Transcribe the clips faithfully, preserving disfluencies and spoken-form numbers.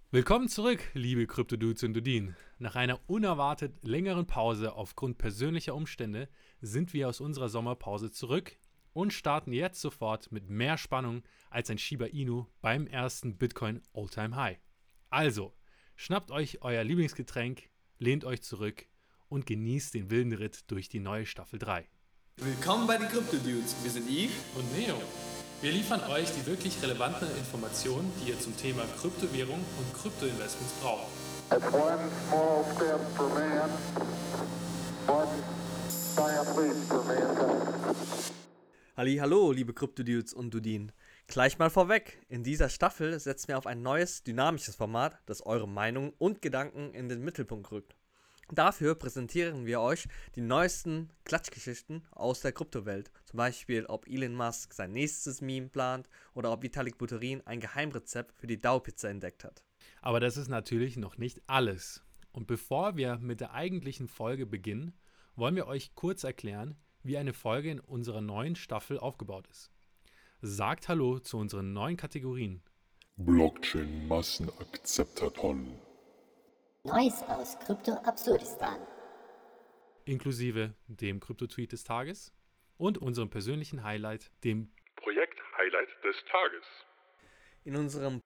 Willkommen zurück, liebe Krypto-Dudes und Dudinen. Nach einer unerwartet längeren Pause aufgrund persönlicher Umstände sind wir aus unserer Sommerpause zurück und starten jetzt sofort mit mehr Spannung als ein Shiba Inu beim ersten Bitcoin All-Time High. Also, schnappt euch euer Lieblingsgetränk, lehnt euch zurück und genießt den wilden Ritt durch die neue Staffel drei. Willkommen bei den Krypto-Dudes. Wir sind Yves und Neo. Wir liefern euch die wirklich relevanten Informationen, die ihr zum Thema Kryptowährung und Kryptoinvestments braucht. It's one small step for man, one giant leap for mankind. Hallihallo, liebe Krypto-Dudes und Dudinen. Gleich mal vorweg, in dieser Staffel setzen wir auf ein neues, dynamisches Format, das eure Meinungen und Gedanken in den Mittelpunkt rückt. Dafür präsentieren wir euch die neuesten Klatschgeschichten aus der Kryptowelt. Zum Beispiel, ob Elon Musk sein nächstes Meme plant oder ob Vitalik Buterin ein Geheimrezept für die D A O-Pizza entdeckt hat. Aber das ist natürlich noch nicht alles. Und bevor wir mit der eigentlichen Folge beginnen, wollen wir euch kurz erklären, wie eine Folge in unserer neuen Staffel aufgebaut ist. Sagt Hallo zu unseren neuen Kategorien. Blockchain-Massenakzeptathon. Neues aus Krypto-Absurdistan. Inklusive dem Krypto-Tweet des Tages und unserem persönlichen Highlight, dem Projekt-Highlight des Tages. In unserem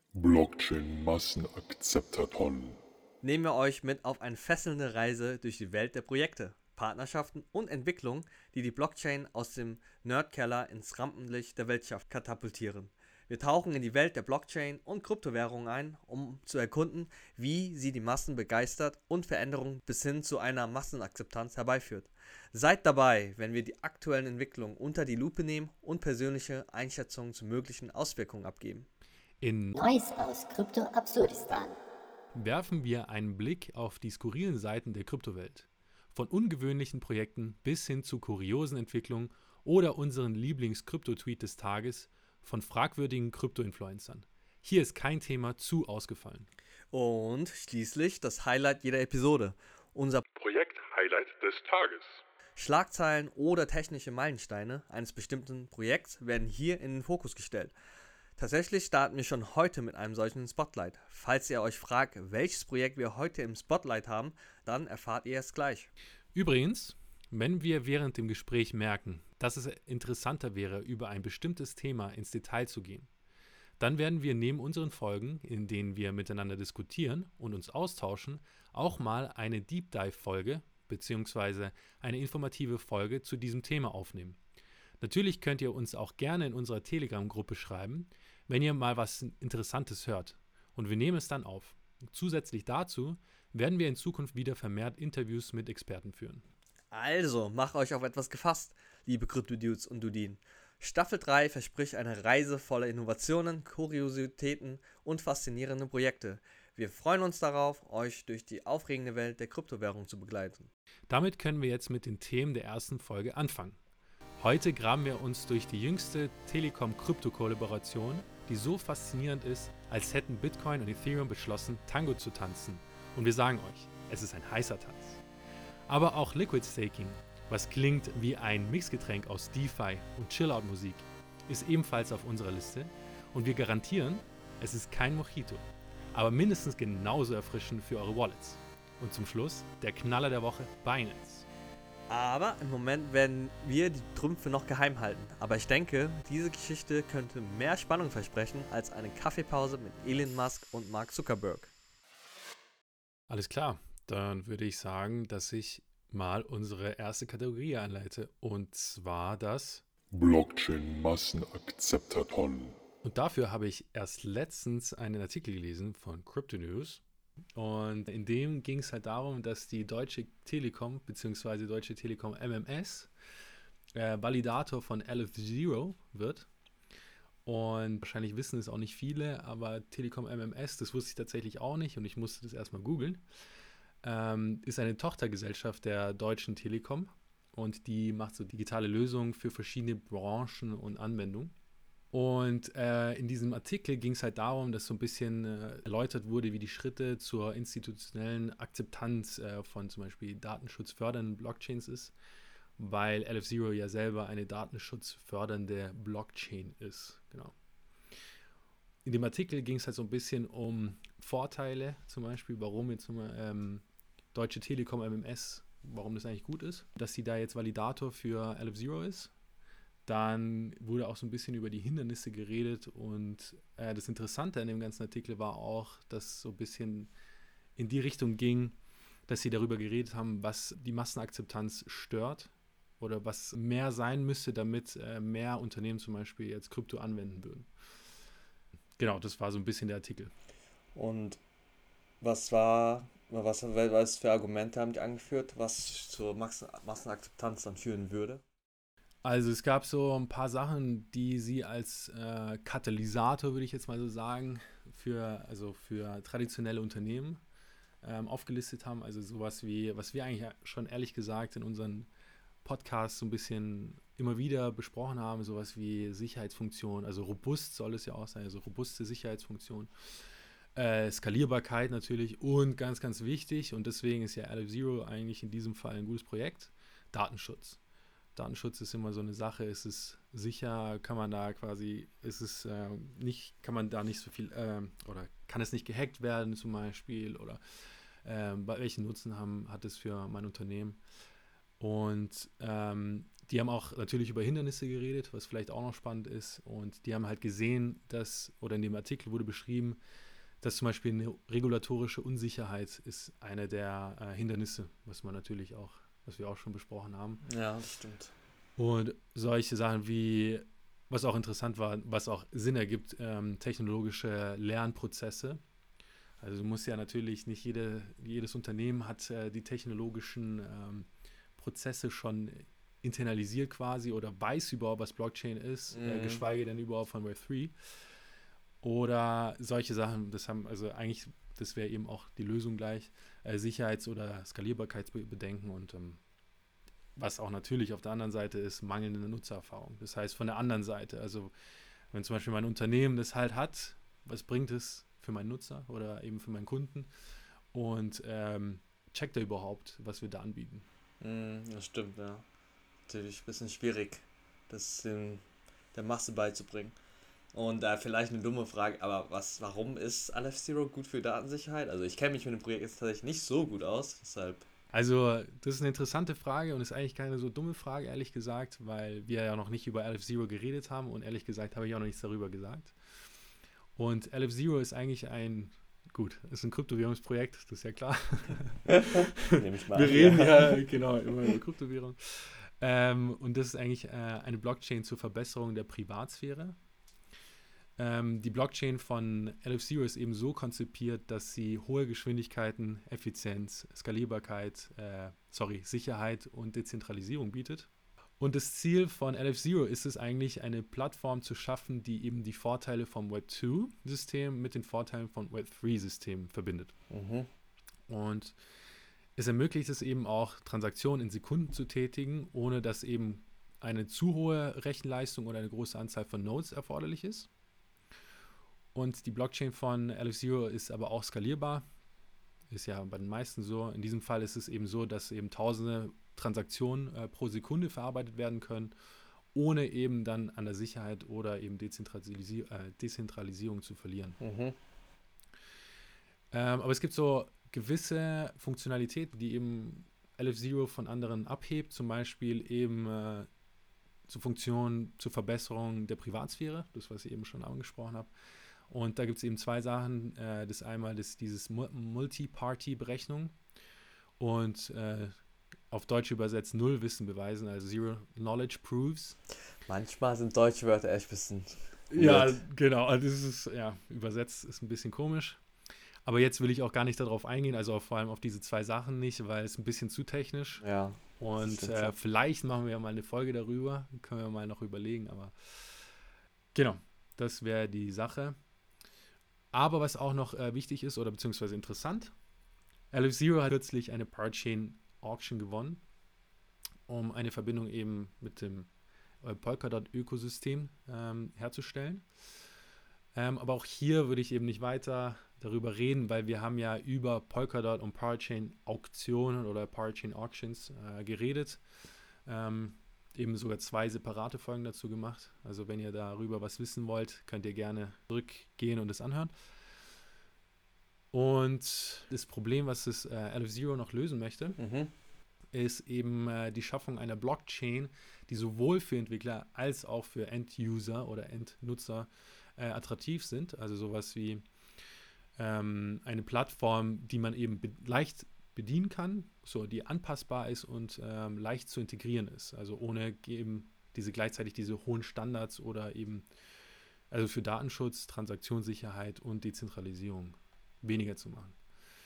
Blockchain-Massenakzeptathon nehmen wir euch mit auf eine fesselnde Reise durch die Welt der Projekte, Partnerschaften und Entwicklungen, die die Blockchain aus dem Nerdkeller ins Rampenlicht der Weltschaft katapultieren. Wir tauchen in die Welt der Blockchain und Kryptowährungen ein, um zu erkunden, wie sie die Massen begeistert und Veränderungen bis hin zu einer Massenakzeptanz herbeiführt. Seid dabei, wenn wir die aktuellen Entwicklungen unter die Lupe nehmen und persönliche Einschätzungen zu möglichen Auswirkungen abgeben. In Neues aus Krypto-Absurdistan werfen wir einen Blick auf die skurrilen Seiten der Kryptowelt. Von ungewöhnlichen Projekten bis hin zu kuriosen Entwicklungen oder unseren Lieblings-Krypto-Tweet des Tages von fragwürdigen Krypto-Influencern. Hier ist kein Thema zu ausgefallen. Und schließlich das Highlight jeder Episode, unser Projekt-Highlight des Tages. Schlagzeilen oder technische Meilensteine eines bestimmten Projekts werden hier in den Fokus gestellt. Tatsächlich starten wir schon heute mit einem solchen Spotlight. Falls ihr euch fragt, welches Projekt wir heute im Spotlight haben, dann erfahrt ihr es gleich. Übrigens, wenn wir während dem Gespräch merken, dass es interessanter wäre, über ein bestimmtes Thema ins Detail zu gehen, dann werden wir neben unseren Folgen, in denen wir miteinander diskutieren und uns austauschen, auch mal eine Deep Dive-Folge bzw. eine informative Folge zu diesem Thema aufnehmen. Natürlich könnt ihr uns auch gerne in unserer Telegram-Gruppe schreiben, wenn ihr mal was Interessantes hört. Und wir nehmen es dann auf. Zusätzlich dazu werden wir in Zukunft wieder vermehrt Interviews mit Experten führen. Also, macht euch auf etwas gefasst, liebe Krypto-Dudes und Dudinen. Staffel drei verspricht eine Reise voller Innovationen, Kuriositäten und faszinierende Projekte. Wir freuen uns darauf, euch durch die aufregende Welt der Kryptowährung zu begleiten. Damit können wir jetzt mit den Themen der ersten Folge anfangen. Heute graben wir uns durch die jüngste Telekom-Krypto-Kollaboration, die so faszinierend ist, als hätten Bitcoin und Ethereum beschlossen, Tango zu tanzen. Und wir sagen euch, es ist ein heißer Tanz. Aber auch Liquid Staking, was klingt wie ein Mixgetränk aus DeFi und Chillout-Musik, ist ebenfalls auf unserer Liste und wir garantieren, es ist kein Mojito, aber mindestens genauso erfrischend für eure Wallets. Und zum Schluss der Knaller der Woche, Binance. Aber im Moment werden wir die Trümpfe noch geheim halten. Aber ich denke, diese Geschichte könnte mehr Spannung versprechen als eine Kaffeepause mit Elon Musk und Mark Zuckerberg. Alles klar, dann würde ich sagen, dass ich mal unsere erste Kategorie einleite. Und zwar das Blockchain-Massenakzeptathon. Und dafür habe ich erst letztens einen Artikel gelesen von Crypto News. Und in dem ging es halt darum, dass die Deutsche Telekom bzw. Deutsche Telekom M M S äh, Validator von L F Zero wird. Und wahrscheinlich wissen es auch nicht viele, aber Telekom M M S, das wusste ich tatsächlich auch nicht und ich musste das erstmal googeln, ähm, ist eine Tochtergesellschaft der Deutschen Telekom und die macht so digitale Lösungen für verschiedene Branchen und Anwendungen. Und äh, in diesem Artikel ging es halt darum, dass so ein bisschen äh, erläutert wurde, wie die Schritte zur institutionellen Akzeptanz äh, von zum Beispiel datenschutzfördernden Blockchains ist, weil L F Zero ja selber eine datenschutzfördernde Blockchain ist. Genau. In dem Artikel ging es halt so ein bisschen um Vorteile zum Beispiel, warum jetzt mal, ähm, Deutsche Telekom M M S, warum das eigentlich gut ist, dass sie da jetzt Validator für L F Zero ist. Dann wurde auch so ein bisschen über die Hindernisse geredet und äh, das Interessante an dem ganzen Artikel war auch, dass so ein bisschen in die Richtung ging, dass sie darüber geredet haben, was die Massenakzeptanz stört oder was mehr sein müsste, damit äh, mehr Unternehmen zum Beispiel jetzt Krypto anwenden würden. Genau, das war so ein bisschen der Artikel. Und was war, was, was für Argumente haben die angeführt, was zur Massen- Massenakzeptanz dann führen würde? Also es gab so ein paar Sachen, die sie als äh, Katalysator, würde ich jetzt mal so sagen, für, also für traditionelle Unternehmen ähm, aufgelistet haben. Also sowas wie, was wir eigentlich schon ehrlich gesagt in unseren Podcasts so ein bisschen immer wieder besprochen haben, sowas wie Sicherheitsfunktion, also robust soll es ja auch sein, also robuste Sicherheitsfunktion. Äh, Skalierbarkeit natürlich und ganz, ganz wichtig und deswegen ist ja L F Zero eigentlich in diesem Fall ein gutes Projekt, Datenschutz. Datenschutz ist immer so eine Sache, ist es sicher, kann man da quasi, ist es äh, nicht, kann man da nicht so viel, äh, oder kann es nicht gehackt werden zum Beispiel, oder äh, welchen Nutzen haben, hat es für mein Unternehmen. Und ähm, die haben auch natürlich über Hindernisse geredet, was vielleicht auch noch spannend ist. Und die haben halt gesehen, dass, oder in dem Artikel wurde beschrieben, dass zum Beispiel eine regulatorische Unsicherheit ist eine der äh, Hindernisse, was man natürlich auch was wir auch schon besprochen haben. Ja, das stimmt. Und solche Sachen wie, was auch interessant war, was auch Sinn ergibt, ähm, technologische Lernprozesse. Also du musst ja natürlich, nicht jede, jedes Unternehmen hat äh, die technologischen ähm, Prozesse schon internalisiert quasi oder weiß überhaupt, was Blockchain ist, Mhm. äh, geschweige denn überhaupt von Web drei. Oder solche Sachen, das haben, also eigentlich, das wäre eben auch die Lösung gleich, äh, Sicherheits- oder Skalierbarkeitsbedenken und ähm, was auch natürlich auf der anderen Seite ist, mangelnde Nutzererfahrung. Das heißt, von der anderen Seite, also wenn zum Beispiel mein Unternehmen das halt hat, was bringt es für meinen Nutzer oder eben für meinen Kunden und ähm, checkt er überhaupt, was wir da anbieten. Mhm, das stimmt, ja. Natürlich ein bisschen schwierig, das dem, der Masse beizubringen. Und äh, vielleicht eine dumme Frage, aber was, warum ist L F Zero gut für Datensicherheit? Also ich kenne mich mit dem Projekt jetzt tatsächlich nicht so gut aus, deshalb. Also das ist eine interessante Frage und ist eigentlich keine so dumme Frage, ehrlich gesagt, weil wir ja noch nicht über L F Zero geredet haben und ehrlich gesagt habe ich auch noch nichts darüber gesagt. Und L F Zero ist eigentlich ein, gut, ist ein Kryptowährungsprojekt, das ist ja klar. Nehme ich mal Wir an, reden ja. ja genau immer über Kryptowährung. Ähm, und das ist eigentlich äh, eine Blockchain zur Verbesserung der Privatsphäre. Ähm, die Blockchain von L F Zero ist eben so konzipiert, dass sie hohe Geschwindigkeiten, Effizienz, Skalierbarkeit, äh, sorry, Sicherheit und Dezentralisierung bietet. Und das Ziel von L F Zero ist es eigentlich, eine Plattform zu schaffen, die eben die Vorteile vom Web zwei System mit den Vorteilen von Web drei System verbindet. Mhm. Und es ermöglicht es eben auch, Transaktionen in Sekunden zu tätigen, ohne dass eben eine zu hohe Rechenleistung oder eine große Anzahl von Nodes erforderlich ist. Und die Blockchain von L F Zero ist aber auch skalierbar. Ist ja bei den meisten so. In diesem Fall ist es eben so, dass eben tausende Transaktionen äh, pro Sekunde verarbeitet werden können, ohne eben dann an der Sicherheit oder eben Dezentralisi- äh, Dezentralisierung zu verlieren. Mhm. Ähm, aber es gibt so gewisse Funktionalitäten, die eben L F Zero von anderen abhebt, zum Beispiel eben äh, zur Funktion, zur Verbesserung der Privatsphäre, das, was ich eben schon angesprochen habe. Und da gibt es eben zwei Sachen. Äh, das einmal ist dieses Multi-Party-Berechnung und äh, auf Deutsch übersetzt Null-Wissen beweisen, also Zero Knowledge Proofs. Manchmal sind deutsche Wörter echt ein bisschen Ja, weird. genau. Also das ist, ja, übersetzt ist ein bisschen komisch. Aber jetzt will ich auch gar nicht darauf eingehen, also vor allem auf diese zwei Sachen nicht, weil es ein bisschen zu technisch. Ja. Und stimmt äh, schon. vielleicht machen wir ja mal eine Folge darüber, können wir mal noch überlegen, aber genau, das wäre die Sache. Aber was auch noch äh, wichtig ist oder beziehungsweise interessant, L F Zero hat kürzlich eine Parachain Auction gewonnen, um eine Verbindung eben mit dem äh, Polkadot-Ökosystem ähm, herzustellen. Ähm, aber auch hier würde ich eben nicht weiter darüber reden, weil wir haben ja über Polkadot und Parachain Auktionen oder Parachain Auctions äh, geredet. Ähm, eben sogar zwei separate Folgen dazu gemacht. Also wenn ihr darüber was wissen wollt, könnt ihr gerne zurückgehen und es anhören. Und das Problem, was das äh, L F Zero noch lösen möchte, Mhm. ist eben äh, die Schaffung einer Blockchain, die sowohl für Entwickler als auch für End-User oder Endnutzer äh, attraktiv sind. Also sowas wie ähm, eine Plattform, die man eben be- leicht bedienen kann, so die anpassbar ist und ähm, leicht zu integrieren ist. Also ohne eben diese gleichzeitig diese hohen Standards oder eben also für Datenschutz, Transaktionssicherheit und Dezentralisierung weniger zu machen.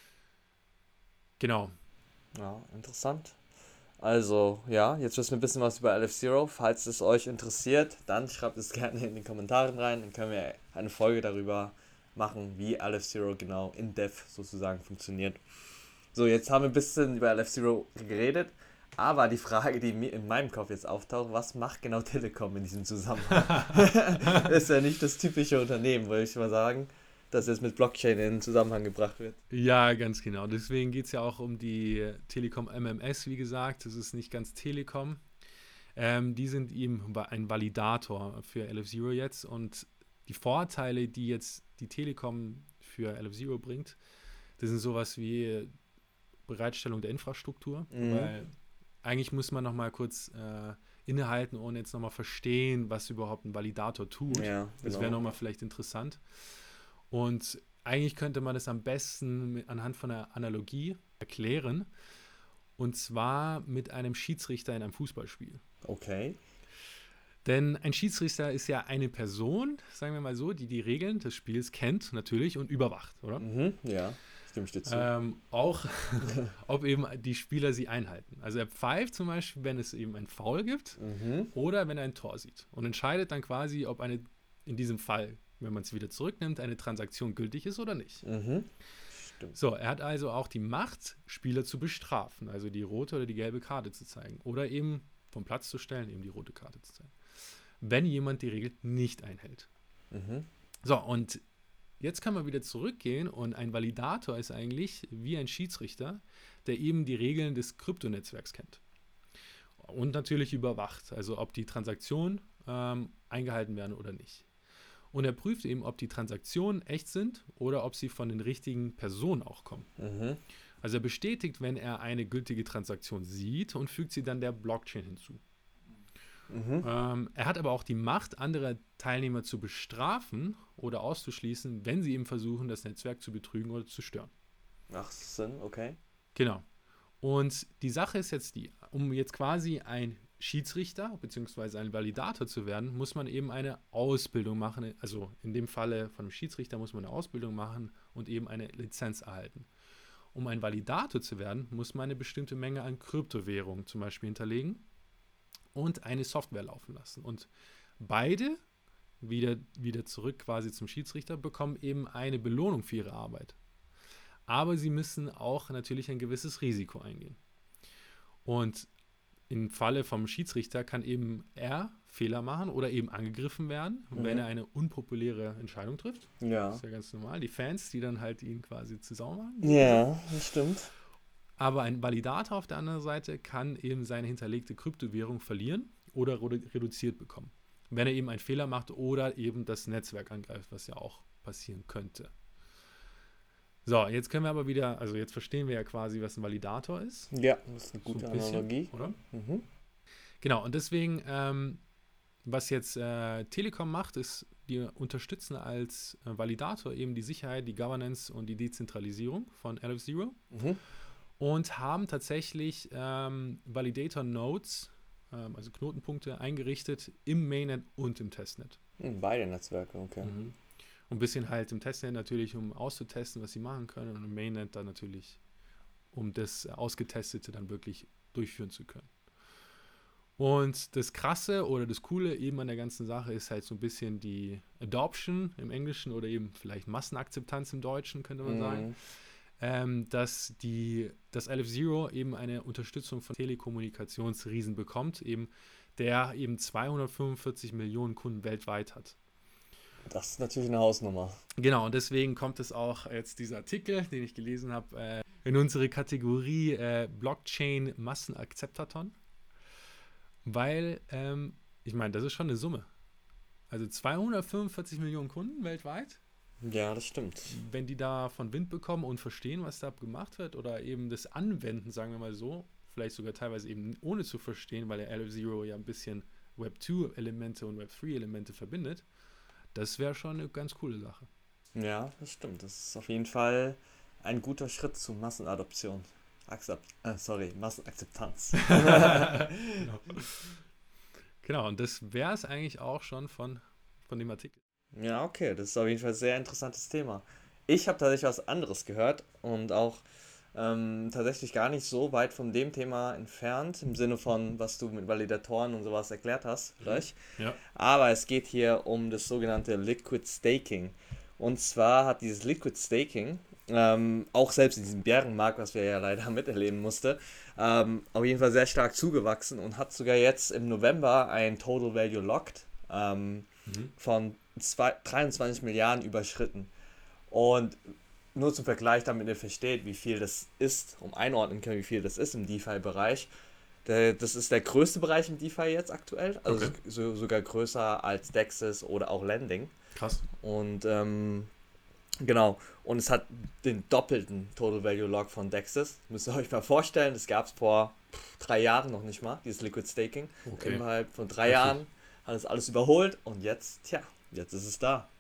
Genau. Ja, interessant. Also, ja, jetzt wissen wir ein bisschen was über L F Zero. Falls es euch interessiert, dann schreibt es gerne in den Kommentaren rein. Dann können wir eine Folge darüber machen, wie L F Zero genau in Depth sozusagen funktioniert. So, jetzt haben wir ein bisschen über L F Zero geredet. Aber die Frage, die mir in meinem Kopf jetzt auftaucht, was macht genau Telekom in diesem Zusammenhang? Das ist ja nicht das typische Unternehmen, würde ich mal sagen, das jetzt mit Blockchain in Zusammenhang gebracht wird. Ja, ganz genau. Deswegen geht es ja auch um die Telekom M M S, wie gesagt. Das ist nicht ganz Telekom. Ähm, die sind eben ein Validator für L F Zero jetzt. Und die Vorteile, die jetzt die Telekom für L F Zero bringt, das sind sowas wie Bereitstellung der Infrastruktur. Mhm. Weil eigentlich muss man noch mal kurz äh, innehalten und jetzt noch mal verstehen, was überhaupt ein Validator tut. Ja, Das genau. wäre noch mal vielleicht interessant. Und eigentlich könnte man das am besten mit, anhand von einer Analogie erklären. Und zwar mit einem Schiedsrichter in einem Fußballspiel. Okay. Denn ein Schiedsrichter ist ja eine Person, sagen wir mal so, die die Regeln des Spiels kennt natürlich und überwacht, oder? Mhm, ja, stimme ich dir zu. Ähm, auch, ob eben die Spieler sie einhalten. Also er pfeift zum Beispiel, wenn es eben ein Foul gibt Mhm. oder wenn er ein Tor sieht. Und entscheidet dann quasi, ob eine, in diesem Fall, wenn man es wieder zurücknimmt, eine Transaktion gültig ist oder nicht. Mhm. Stimmt. So, er hat also auch die Macht, Spieler zu bestrafen, also die rote oder die gelbe Karte zu zeigen. Oder eben vom Platz zu stellen, eben die rote Karte zu zeigen. Wenn jemand die Regel nicht einhält. Mhm. So, und jetzt kann man wieder zurückgehen und ein Validator ist eigentlich wie ein Schiedsrichter, der eben die Regeln des Kryptonetzwerks kennt. Und natürlich überwacht, also ob die Transaktionen ähm, eingehalten werden oder nicht. Und er prüft eben, ob die Transaktionen echt sind oder ob sie von den richtigen Personen auch kommen. Mhm. Also er bestätigt, wenn er eine gültige Transaktion sieht und fügt sie dann der Blockchain hinzu. Mhm. Ähm, er hat aber auch die Macht, andere Teilnehmer zu bestrafen oder auszuschließen, wenn sie eben versuchen, das Netzwerk zu betrügen oder zu stören. Ach, Sinn, okay. Genau. Und die Sache ist jetzt die, um jetzt quasi ein Schiedsrichter bzw. ein Validator zu werden, muss man eben eine Ausbildung machen. Also in dem Falle von einem Schiedsrichter muss man eine Ausbildung machen und eben eine Lizenz erhalten. Um ein Validator zu werden, muss man eine bestimmte Menge an Kryptowährungen zum Beispiel hinterlegen und eine Software laufen lassen. Und beide, wieder, wieder zurück quasi zum Schiedsrichter, bekommen eben eine Belohnung für ihre Arbeit. Aber sie müssen auch natürlich ein gewisses Risiko eingehen. Und im Falle vom Schiedsrichter kann eben er Fehler machen oder eben angegriffen werden, Mhm. wenn er eine unpopuläre Entscheidung trifft. Ja. Das ist ja ganz normal. Die Fans, die dann halt ihn quasi zu Sau machen. Ja, das stimmt. Aber ein Validator auf der anderen Seite kann eben seine hinterlegte Kryptowährung verlieren oder redu- reduziert bekommen, wenn er eben einen Fehler macht oder eben das Netzwerk angreift, was ja auch passieren könnte. So, jetzt können wir aber wieder, also jetzt verstehen wir ja quasi, was ein Validator ist. Ja, das ist eine So gute ein bisschen, Analogie. oder? Mhm. Genau, und deswegen, ähm, was jetzt äh, Telekom macht, ist, wir unterstützen als äh, Validator eben die Sicherheit, die Governance und die Dezentralisierung von L F Zero. Mhm. Und haben tatsächlich ähm, Validator-Nodes, ähm, also Knotenpunkte, eingerichtet im Mainnet und im Testnet. Mhm, beide Netzwerke, okay. Mhm. Und ein bisschen halt im Testnet natürlich, um auszutesten, was sie machen können, und im Mainnet dann natürlich, um das Ausgetestete dann wirklich durchführen zu können. Und das Krasse oder das Coole eben an der ganzen Sache ist halt so ein bisschen die Adoption im Englischen oder eben vielleicht Massenakzeptanz im Deutschen, könnte man Mhm. sagen. Ähm, dass die, das L F Zero eben eine Unterstützung von Telekommunikationsriesen bekommt, eben, der eben zweihundertfünfundvierzig Millionen Kunden weltweit hat. Das ist natürlich eine Hausnummer. Genau, und deswegen kommt es auch jetzt dieser Artikel, den ich gelesen habe, äh, in unsere Kategorie äh, Blockchain Massenakzeptaton, weil, ähm, ich meine, das ist schon eine Summe. Also zweihundertfünfundvierzig Millionen Kunden weltweit Ja, das stimmt. Wenn die da von Wind bekommen und verstehen, was da gemacht wird oder eben das anwenden, sagen wir mal so, vielleicht sogar teilweise eben ohne zu verstehen, weil der L F Zero ja ein bisschen Web zwei Elemente und Web drei Elemente verbindet, das wäre schon eine ganz coole Sache. Ja, das stimmt. Das ist auf jeden Fall ein guter Schritt zur Massenadoption. Akzept, äh, sorry, Massenakzeptanz. Genau. Genau, und das wäre es eigentlich auch schon von, von dem Artikel. Ja, okay, das ist auf jeden Fall ein sehr interessantes Thema. Ich habe tatsächlich was anderes gehört und auch ähm, tatsächlich gar nicht so weit von dem Thema entfernt, im Sinne von, was du mit Validatoren und sowas erklärt hast, gleich. Ja. Aber es geht hier um das sogenannte Liquid Staking. Und zwar hat dieses Liquid Staking, ähm, auch selbst in diesem Bärenmarkt, was wir ja leider miterleben mussten, ähm, auf jeden Fall sehr stark zugewachsen und hat sogar jetzt im November ein Total Value Locked ähm, Mhm. von zwei, dreiundzwanzig Milliarden überschritten. Und nur zum Vergleich, damit ihr versteht, wie viel das ist, um einordnen können, wie viel das ist im DeFi-Bereich. Der, das ist der größte Bereich im DeFi jetzt aktuell, also Okay. so, sogar größer als Dexes oder auch Lending. Krass. Und ähm, genau, und es hat den doppelten Total Value Lock von Dexes. Müsst ihr euch mal vorstellen, das gab es vor pff, drei Jahren noch nicht mal, dieses Liquid Staking. Okay. Innerhalb von drei Heftig. Jahren hat es alles überholt und jetzt, tja, jetzt ist es da.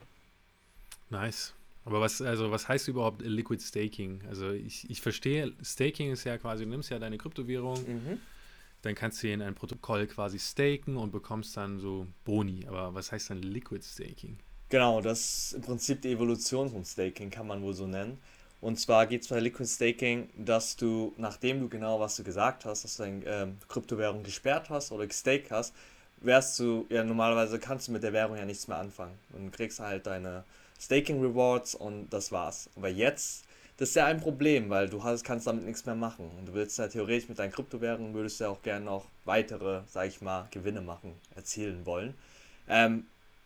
Nice. Aber was, also was heißt überhaupt Liquid Staking? Also ich, ich verstehe, Staking ist ja quasi, du nimmst ja deine Kryptowährung, Mhm. dann kannst du sie in ein Protokoll quasi staken und bekommst dann so Boni. Aber was heißt dann Liquid Staking? Genau, das ist im Prinzip die Evolution vom Staking, kann man wohl so nennen. Und zwar geht es bei Liquid Staking, dass du, nachdem du genau was du gesagt hast, dass du deine ähm, Kryptowährung gesperrt hast oder gestaked hast, wärst du, ja normalerweise kannst du mit der Währung ja nichts mehr anfangen. Und du kriegst halt deine Staking Rewards und das war's. Aber jetzt, das ist ja ein Problem, weil du hast, kannst damit nichts mehr machen. Und du willst ja theoretisch mit deinen Kryptowährungen, würdest ja auch gerne noch weitere, sag ich mal, Gewinne machen, erzielen wollen. Ähm,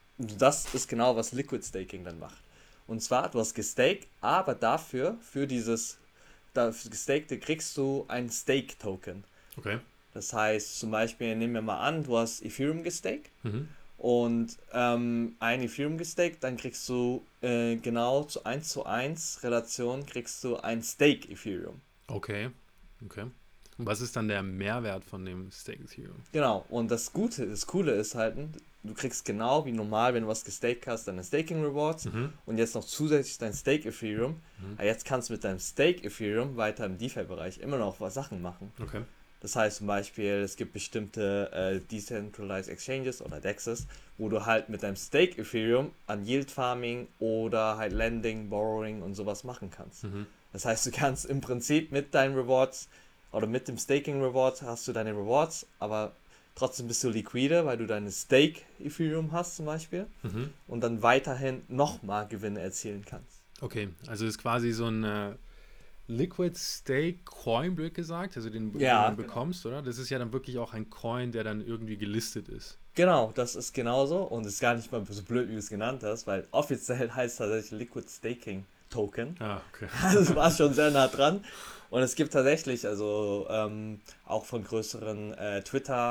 Das ist genau, was Liquid Staking dann macht. Und zwar, du hast gestaked, aber dafür, für dieses das Gestakte, kriegst du ein Stake-Token. Okay. Das heißt, zum Beispiel, nehmen wir mal an, du hast Ethereum gestaked Mhm. und ähm, ein Ethereum gestaked, dann kriegst du äh, genau zu eins zu eins Relation, kriegst du ein Stake Ethereum. Okay. Okay. Und was ist dann der Mehrwert von dem Stake Ethereum? Genau, und das Gute, das Coole ist halt, du kriegst genau wie normal, wenn du was gestaked hast, deine Staking Rewards Mhm. und jetzt noch zusätzlich dein Stake Ethereum. Mhm. Aber jetzt kannst du mit deinem Stake Ethereum weiter im DeFi-Bereich immer noch was Sachen machen. Okay. Das heißt zum Beispiel, es gibt bestimmte äh, Decentralized Exchanges oder Dexes, wo du halt mit deinem Stake Ethereum an Yield Farming oder halt Lending, Borrowing und sowas machen kannst. Mhm. Das heißt, du kannst im Prinzip mit deinen Rewards oder mit dem Staking Reward hast du deine Rewards, aber trotzdem bist du liquide, weil du deine Stake Ethereum hast zum Beispiel Mhm. und dann weiterhin nochmal Gewinne erzielen kannst. Okay, also ist quasi so ein äh, Liquid Stake Coin, blöd gesagt, also den, Ja, den du genau. bekommst, oder? Das ist ja dann wirklich auch ein Coin, der dann irgendwie gelistet ist. Genau, das ist genauso und ist gar nicht mal so blöd, wie du es genannt hast, weil offiziell heißt es tatsächlich Liquid Staking Token. Ah, okay. Also war schon sehr nah dran. Und es gibt tatsächlich, also ähm, auch von größeren äh,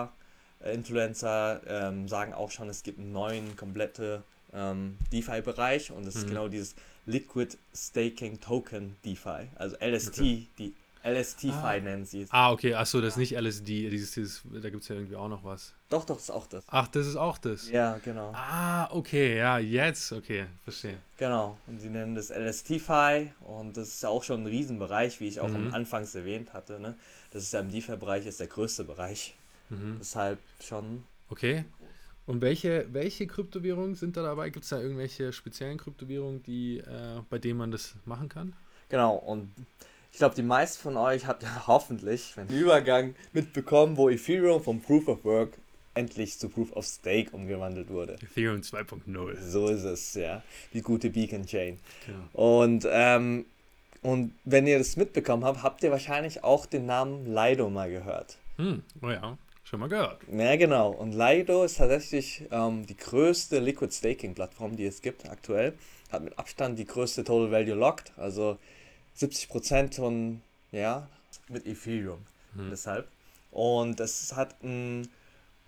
Twitter-Influencer ähm, sagen auch schon, es gibt einen neuen komplette ähm, DeFi-Bereich und das ist Mhm. genau dieses Liquid Staking Token DeFi, also L S T, Okay. die L S T-Fi Ah. nennen sie es. Ah, okay, achso, das ist nicht L S D, dieses, dieses, da gibt es ja irgendwie auch noch was. Doch, doch, ist auch das. Ach, das ist auch das. Ja, genau. Ah, okay, ja, jetzt, okay, verstehe. Genau, und sie nennen das L S T-Fi und das ist ja auch schon ein Riesenbereich, wie ich auch Mhm. am Anfangs erwähnt hatte. Ne? Das ist ja im DeFi-Bereich ist der größte Bereich. Mhm. Deshalb schon. Okay. Und welche, welche Kryptowährungen sind da dabei? Gibt es da irgendwelche speziellen Kryptowährungen, die, äh, bei denen man das machen kann? Genau, und ich glaube, die meisten von euch habt ja hoffentlich den Übergang mitbekommen, wo Ethereum vom Proof of Work endlich zu Proof of Stake umgewandelt wurde. Ethereum zwei Punkt null. So ist es, ja. Die gute Beacon Chain. Genau. Und, ähm, und wenn ihr das mitbekommen habt, habt ihr wahrscheinlich auch den Namen Lido mal gehört. Hm, oh ja, schon mal gehört. Ja, genau. Und Lido ist tatsächlich ähm, die größte Liquid Staking Plattform, die es gibt aktuell. Hat mit Abstand die größte Total Value Locked, also siebzig Prozent von, ja, mit Ethereum. Hm. Deshalb. Und es hat ein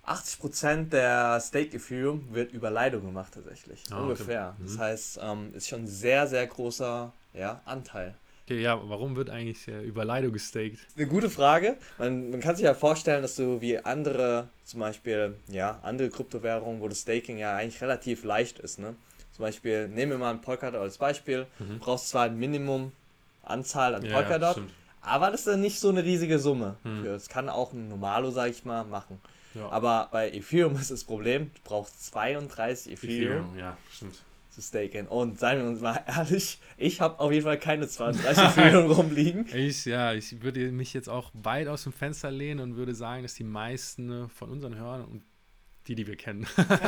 achtzig Prozent der Stake Ethereum wird über Lido gemacht tatsächlich. Ah, okay. Ungefähr. Mhm. Das heißt, ähm, ist schon ein sehr, sehr großer ja, Anteil. Okay, ja, warum wird eigentlich äh, über Lido gestaked? Eine gute Frage. Man, man kann sich ja vorstellen, dass du wie andere, zum Beispiel, ja, andere Kryptowährungen, wo das Staking ja eigentlich relativ leicht ist, ne? Zum Beispiel, nehmen wir mal ein Polkadot als Beispiel. Mhm. Du brauchst zwar ein Minimum Anzahl an Ja, Polkadot, stimmt. aber das ist dann nicht so eine riesige Summe. Hm. Für. Das kann auch ein Normalo, sag ich mal, machen. Ja. Aber bei Ethereum ist das Problem, du brauchst zweiunddreißig Ethereum Ethereum, ja, stimmt. zu staken. Und seien wir uns mal ehrlich, ich habe auf jeden Fall keine zweiunddreißig Ethereum rumliegen. Ich, ja, ich würde mich jetzt auch weit aus dem Fenster lehnen und würde sagen, dass die meisten äh, von unseren Hörern und die, die wir kennen,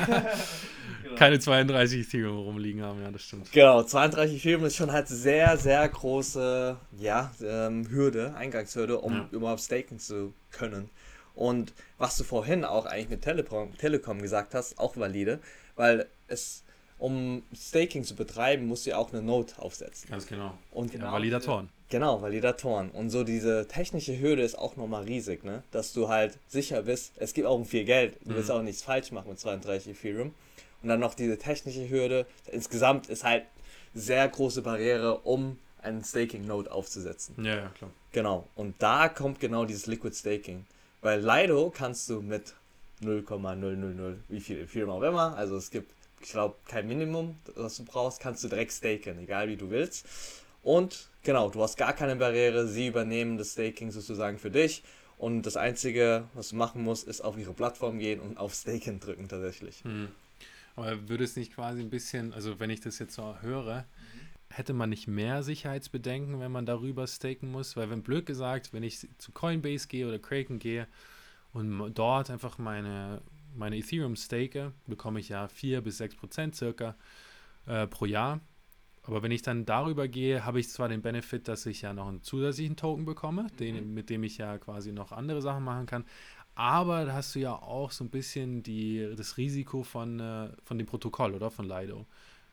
keine zweiunddreißig Ethereum rumliegen haben. Ja, das stimmt. Genau, zweiunddreißig Ethereum ist schon halt sehr, sehr große ja, ähm, Hürde, Eingangshürde, um Ja. überhaupt staken zu können. Und was du vorhin auch eigentlich mit Telekom, Telekom gesagt hast, auch valide, weil es, um Staking zu betreiben, musst du ja auch eine Node aufsetzen. Ganz genau. Und Ja, genau Validatoren. Genau, Validatoren. Und so diese technische Hürde ist auch nochmal riesig, ne? Dass du halt sicher bist, es gibt auch viel Geld, du willst Mhm. auch nichts falsch machen mit zweiunddreißig Ethereum. Und dann noch diese technische Hürde. Insgesamt ist halt sehr große Barriere, um einen Staking-Node aufzusetzen. Ja, ja, klar. Genau. Und da kommt genau dieses Liquid Staking. Bei Lido kannst du mit null Komma null null null, wie viel Ethereum auch immer, also es gibt, ich glaube, kein Minimum, was du brauchst, kannst du direkt staken, egal wie du willst. Und genau, du hast gar keine Barriere, sie übernehmen das Staking sozusagen für dich. Und das Einzige, was du machen musst, ist auf ihre Plattform gehen und auf Staken drücken tatsächlich. Hm. Aber würde es nicht quasi ein bisschen, also wenn ich das jetzt so höre, hätte man nicht mehr Sicherheitsbedenken, wenn man darüber staken muss? Weil wenn blöd gesagt, wenn ich zu Coinbase gehe oder Kraken gehe und dort einfach meine, meine Ethereum stake, bekomme ich ja vier bis sechs Prozent circa äh, pro Jahr. Aber wenn ich dann darüber gehe, habe ich zwar den Benefit, dass ich ja noch einen zusätzlichen Token bekomme, den, mit dem ich ja quasi noch andere Sachen machen kann. Aber da hast du ja auch so ein bisschen die, das Risiko von, äh, von dem Protokoll, oder? Von Lido.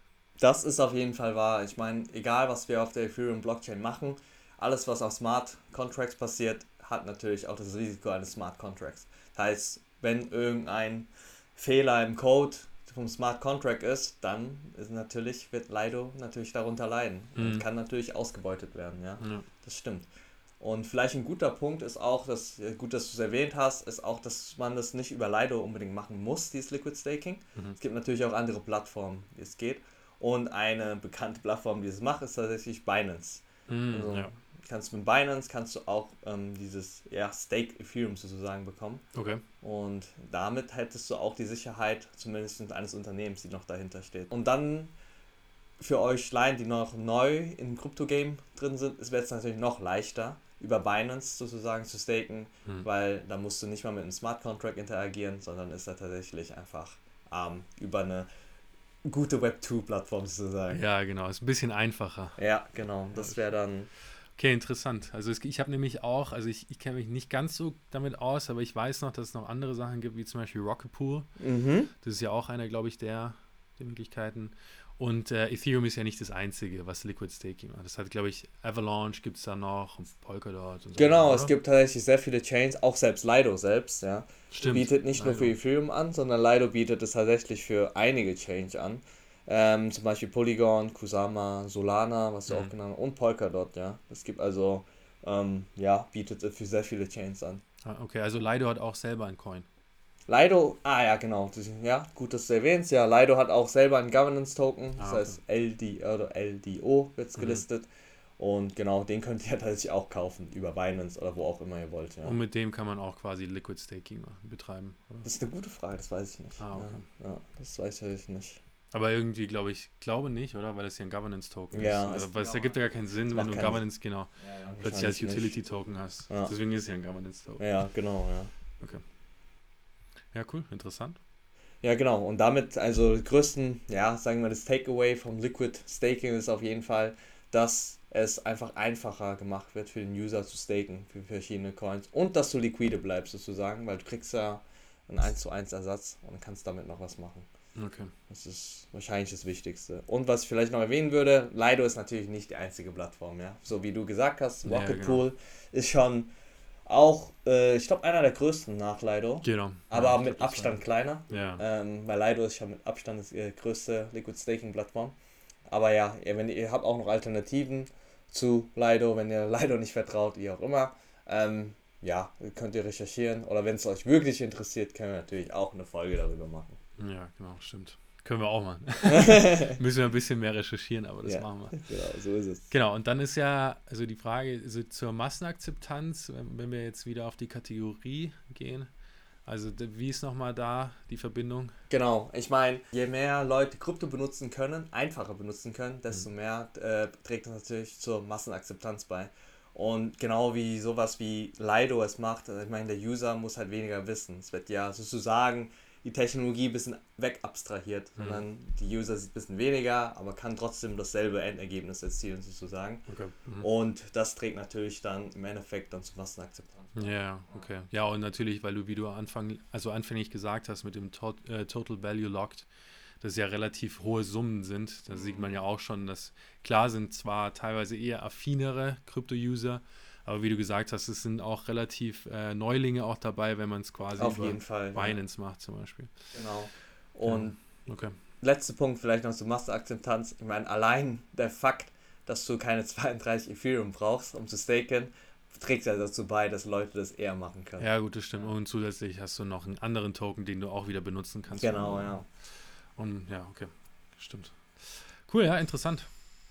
Das ist auf jeden Fall wahr. Ich meine, egal was wir auf der Ethereum Blockchain machen, alles was auf Smart Contracts passiert, hat natürlich auch das Risiko eines Smart Contracts. Das heißt, wenn irgendein Fehler im Code vom Smart Contract ist, dann ist natürlich, wird Lido natürlich darunter leiden und Mhm. kann natürlich ausgebeutet werden, ja. Ja. Das stimmt. Und vielleicht ein guter Punkt ist auch, dass, äh, gut, dass du es erwähnt hast, ist auch, dass man das nicht über Lido unbedingt machen muss, dieses Liquid Staking. Mhm. Es gibt natürlich auch andere Plattformen, wie es geht. Und eine bekannte Plattform, die es macht, ist tatsächlich Binance. Mhm, Also, ja. kannst mit Binance kannst du auch ähm, dieses ja, Stake Ethereum sozusagen bekommen. Okay. Und damit hättest du auch die Sicherheit, zumindest eines Unternehmens, die noch dahinter steht. Und dann für euch Laien, die noch neu im Krypto-Game drin sind, es wird es natürlich noch leichter, über Binance sozusagen zu staken, Hm. weil da musst du nicht mal mit einem Smart Contract interagieren, sondern ist da tatsächlich einfach ähm, über eine gute Web zwei Plattform sozusagen. Ja, genau. Ist ein bisschen einfacher. Ja, genau. Das wäre dann. Okay, interessant. Also es, ich habe nämlich auch, also ich, ich kenne mich nicht ganz so damit aus, aber ich weiß noch, dass es noch andere Sachen gibt, wie zum Beispiel Rocket Pool. Mhm. Das ist ja auch einer, glaube ich, der, der Möglichkeiten. Und äh, Ethereum ist ja nicht das Einzige, was Liquid Staking macht. Das hat, glaube ich, Avalanche gibt es da noch und Polkadot und so. Genau, oder? es gibt tatsächlich sehr viele Chains, auch selbst Lido selbst, ja. Stimmt. Bietet nicht nur Lido. für Ethereum an, sondern Lido bietet es tatsächlich für einige Chains an. Ähm, zum Beispiel Polygon, Kusama, Solana, was du Mhm. auch genannt hast, und Polkadot, ja. Es gibt also, ähm, ja, bietet es für sehr viele Chains an. Ah, okay, also Lido hat auch selber einen Coin. Lido, ah ja, genau, das, ja, gut, dass du erwähnst, ja, Lido hat auch selber einen Governance-Token, das Ah, okay. heißt L D oder L D O wird es Mhm. gelistet. Und genau, den könnt ihr tatsächlich auch kaufen, über Binance oder wo auch immer ihr wollt, ja. Und mit dem kann man auch quasi Liquid Staking betreiben. Oder? Das ist eine gute Frage, das weiß ich nicht. Ah, okay. ja, ja, das weiß ich nicht. Aber irgendwie glaube ich, glaube nicht, oder? Weil das ja ein Governance-Token Ja, ist. es- Also, weil es ergibt ja gar keinen Sinn, wenn macht du ein keinen Governance, genau, plötzlich als Wahrscheinlich nicht. Utility-Token hast. Ja. Deswegen ist es ja ein Governance-Token. Ja, genau, ja. Ja, cool, interessant. Ja, genau. Und damit, also die größten, ja, sagen wir das Takeaway vom Liquid Staking ist auf jeden Fall, dass es einfach einfacher gemacht wird für den User zu staken für verschiedene Coins und dass du liquide bleibst sozusagen, weil du kriegst ja einen eins zu eins Ersatz und kannst damit noch was machen. Okay. Das ist wahrscheinlich das Wichtigste. Und was ich vielleicht noch erwähnen würde, Lido ist natürlich nicht die einzige Plattform, ja. So wie du gesagt hast, Ja, Rocket genau. Pool ist schon Auch, äh, ich glaube, einer der größten nach Lido. Genau. Aber Ja, ich mit glaub, das Abstand war- kleiner. Ja. Ähm, weil Lido ist ja mit Abstand die äh, größte Liquid Staking Plattform. Aber ja, ihr, wenn ihr, ihr habt auch noch Alternativen zu Lido, wenn ihr Lido nicht vertraut, wie auch immer. Ähm, ja, könnt ihr recherchieren. Oder wenn es euch wirklich interessiert, können wir natürlich auch eine Folge darüber machen. Ja, genau, stimmt. Können wir auch machen. Müssen wir ein bisschen mehr recherchieren, aber das Ja. machen wir. Genau, so ist es. Genau, und dann ist ja, also die Frage also zur Massenakzeptanz, wenn, wenn wir jetzt wieder auf die Kategorie gehen, also d- wie ist nochmal da die Verbindung? Genau, ich meine, je mehr Leute Krypto benutzen können, einfacher benutzen können, desto mehr äh, trägt das natürlich zur Massenakzeptanz bei. Und genau wie sowas wie Lido es macht, also ich meine, der User muss halt weniger wissen. Es wird ja sozusagen die Technologie ein bisschen wegabstrahiert, sondern die User sieht ein bisschen weniger, aber kann trotzdem dasselbe Endergebnis erzielen sozusagen. Okay. Mhm. Und das trägt natürlich dann im Endeffekt dann zur Massenakzeptanz. Ja, okay. Ja, und natürlich, weil du, wie du Anfang, also anfänglich gesagt hast, mit dem Tot, äh, Total Value Locked, das ja relativ hohe Summen sind. Da sieht man ja auch schon, dass klar sind zwar teilweise eher affinere Krypto-User, aber wie du gesagt hast, es sind auch relativ äh, Neulinge auch dabei, wenn man es quasi Auf über jeden Fall, ja. Binance macht zum Beispiel. Genau. Und Okay. letzter Punkt vielleicht noch zur Massenakzeptanz. Ich meine, allein der Fakt, dass du keine zweiunddreißig Ethereum brauchst, um zu staken, trägt ja dazu bei, dass Leute das eher machen können. Ja, gut, das stimmt. Und zusätzlich hast du noch einen anderen Token, den du auch wieder benutzen kannst. Genau, ja. Und ja, okay. Stimmt. Cool, ja, interessant.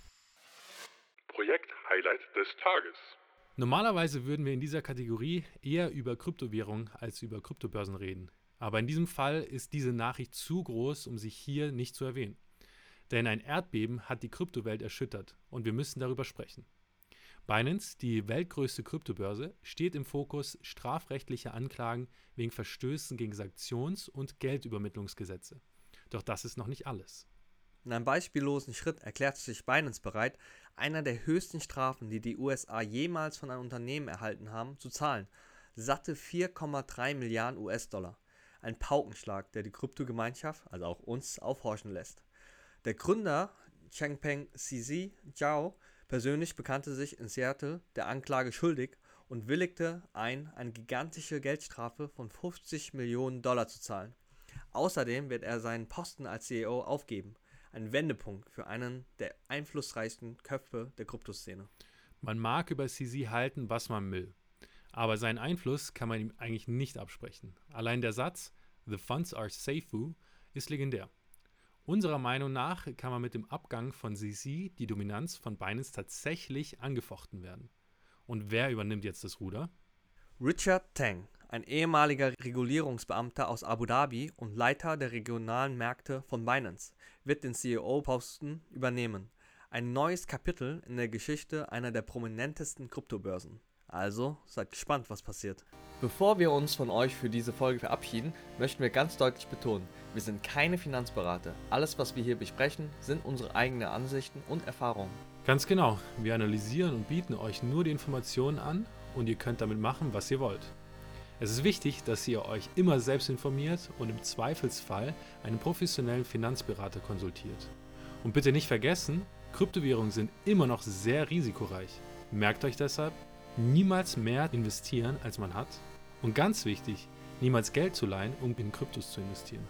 Projekt-Highlight des Tages. Normalerweise würden wir in dieser Kategorie eher über Kryptowährungen als über Kryptobörsen reden. Aber in diesem Fall ist diese Nachricht zu groß, um sich hier nicht zu erwähnen. Denn ein Erdbeben hat die Kryptowelt erschüttert und wir müssen darüber sprechen. Binance, die weltgrößte Kryptobörse, steht im Fokus strafrechtlicher Anklagen wegen Verstößen gegen Sanktions- und Geldübermittlungsgesetze. Doch das ist noch nicht alles. In einem beispiellosen Schritt erklärt sich Binance bereit, einer der höchsten Strafen, die die U S A jemals von einem Unternehmen erhalten haben, zu zahlen. Satte vier Komma drei Milliarden U S-Dollar. Ein Paukenschlag, der die Kryptogemeinschaft, also auch uns, aufhorchen lässt. Der Gründer Changpeng C Z Zhao persönlich bekannte sich in Seattle der Anklage schuldig und willigte ein, eine gigantische Geldstrafe von fünfzig Millionen Dollar zu zahlen. Außerdem wird er seinen Posten als C E O aufgeben. Ein Wendepunkt für einen der einflussreichsten Köpfe der Kryptoszene. Man mag über C Z halten, was man will. Aber seinen Einfluss kann man ihm eigentlich nicht absprechen. Allein der Satz "The funds are safe" ist legendär. Unserer Meinung nach kann man mit dem Abgang von C Z die Dominanz von Binance tatsächlich angefochten werden. Und wer übernimmt jetzt das Ruder? Richard Teng, ein ehemaliger Regulierungsbeamter aus Abu Dhabi und Leiter der regionalen Märkte von Binance, wird den C E O-Posten übernehmen. Ein neues Kapitel in der Geschichte einer der prominentesten Kryptobörsen. Also seid gespannt, was passiert. Bevor wir uns von euch für diese Folge verabschieden, möchten wir ganz deutlich betonen, wir sind keine Finanzberater. Alles, was wir hier besprechen, sind unsere eigenen Ansichten und Erfahrungen. Ganz genau, wir analysieren und bieten euch nur die Informationen an und ihr könnt damit machen, was ihr wollt. Es ist wichtig, dass ihr euch immer selbst informiert und im Zweifelsfall einen professionellen Finanzberater konsultiert. Und bitte nicht vergessen, Kryptowährungen sind immer noch sehr risikoreich. Merkt euch deshalb, niemals mehr investieren, als man hat. Und ganz wichtig, niemals Geld zu leihen, um in Kryptos zu investieren.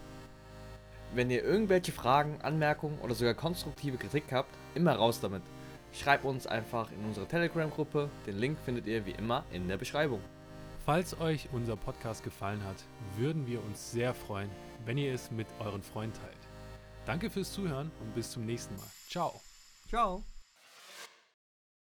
Wenn ihr irgendwelche Fragen, Anmerkungen oder sogar konstruktive Kritik habt, immer raus damit. Schreibt uns einfach in unsere Telegram-Gruppe, den Link findet ihr wie immer in der Beschreibung. Falls euch unser Podcast gefallen hat, würden wir uns sehr freuen, wenn ihr es mit euren Freunden teilt. Danke fürs Zuhören und bis zum nächsten Mal. Ciao! Ciao!